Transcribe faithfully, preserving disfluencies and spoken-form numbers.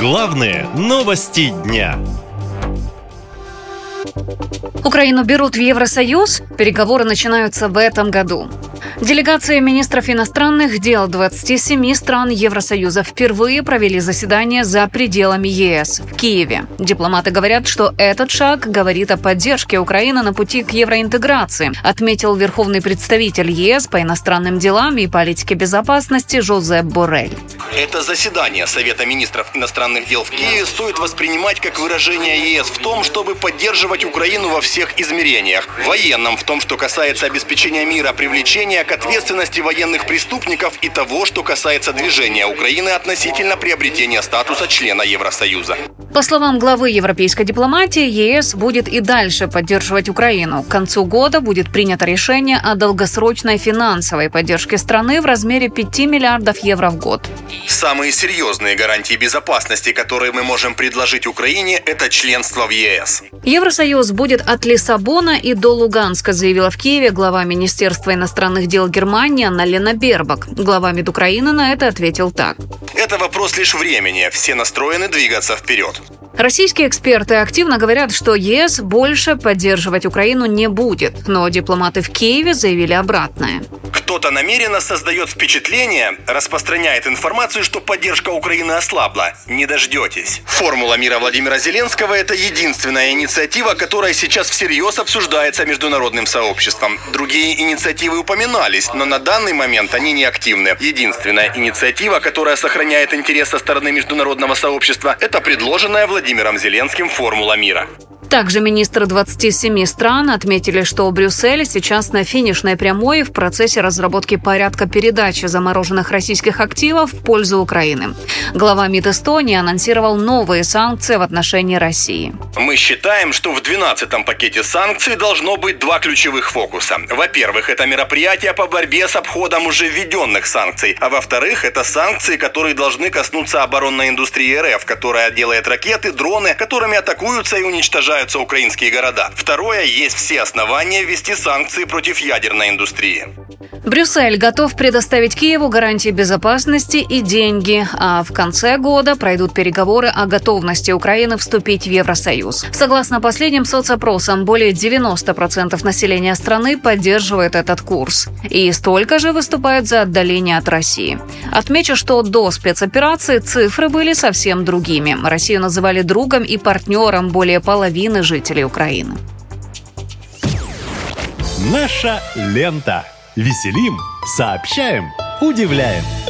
Главные новости дня. Украину берут в Евросоюз? Переговоры начинаются в этом году. Делегации министров иностранных дел двадцати семи стран Евросоюза впервые провели заседание за пределами ЕС в Киеве. Дипломаты говорят, что этот шаг говорит о поддержке Украины на пути к евроинтеграции, отметил верховный представитель ЕС по иностранным делам и политике безопасности Жозеп Боррель. Это заседание Совета министров иностранных дел в Киеве стоит воспринимать как выражение ЕС в том, чтобы поддерживать Украину во всех измерениях. Военном, в том, что касается обеспечения мира, привлечения к ответственности военных преступников и того, что касается движения Украины относительно приобретения статуса члена Евросоюза. По словам главы европейской дипломатии, ЕС будет и дальше поддерживать Украину. К концу года будет принято решение о долгосрочной финансовой поддержке страны в размере пяти миллиардов евро в год. Самые серьезные гарантии безопасности, которые мы можем предложить Украине, это членство в ЕС. Евросоюз будет от Лиссабона и до Луганска, заявила в Киеве глава Министерства иностранных дел Германии Анна-Лена Бербок. Глава МИД Украины на это ответил так. Это вопрос лишь времени. Все настроены двигаться вперед. Российские эксперты активно говорят, что ЕС больше поддерживать Украину не будет, но дипломаты в Киеве заявили обратное. Кто-то намеренно создает впечатление, распространяет информацию, что поддержка Украины ослабла. Не дождетесь. Формула мира Владимира Зеленского – это единственная инициатива, которая сейчас всерьез обсуждается международным сообществом. Другие инициативы упоминались, но на данный момент они не активны. Единственная инициатива, которая сохраняет интерес со стороны международного сообщества – это предложенная Владимиром Зеленским формула мира. Также министры двадцати семи стран отметили, что Брюссель сейчас на финишной прямой в процессе разработки порядка передачи замороженных российских активов в пользу Украины. Глава МИД Эстонии анонсировал новые санкции в отношении России. Мы считаем, что в двенадцатом пакете санкций должно быть два ключевых фокуса. Во-первых, это мероприятия по борьбе с обходом уже введенных санкций. А во-вторых, это санкции, которые должны коснуться оборонной индустрии РФ, которая делает ракеты, дроны, которыми атакуются и уничтожают украинские города. Второе, есть все основания ввести санкции против ядерной индустрии. Брюссель готов предоставить Киеву гарантии безопасности и деньги, а в конце года пройдут переговоры о готовности Украины вступить в Евросоюз. Согласно последним соцопросам, более девяноста процентов населения страны поддерживает этот курс. И столько же выступают за отдаление от России. Отмечу, что до спецоперации цифры были совсем другими. Россию называли другом и партнером более половины жителей Украины. Наша лента. Веселим, сообщаем, удивляем.